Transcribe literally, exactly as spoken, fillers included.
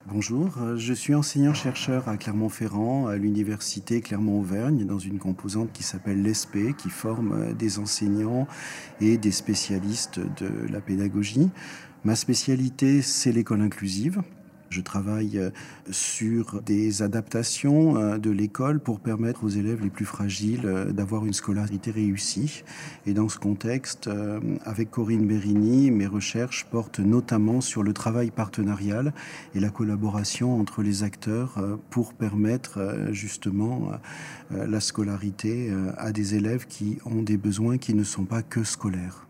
Bonjour, euh, je suis enseignant-chercheur à Clermont-Ferrand, à l'université Clermont-Auvergne, dans une composante qui s'appelle l'E S P, qui forme euh, des enseignants et des spécialistes de la pédagogie. Ma spécialité, c'est l'école inclusive. Je travaille euh, sur des adaptations euh, de l'école pour permettre aux élèves les plus fragiles euh, d'avoir une scolarité réussie. Et dans ce contexte, euh, avec Corinne Bérini, mes recherches portent notamment sur le travail partenarial et la collaboration entre les acteurs euh, pour permettre euh, justement euh, la scolarité euh, à des élèves qui ont des besoins qui ne sont pas que scolaires.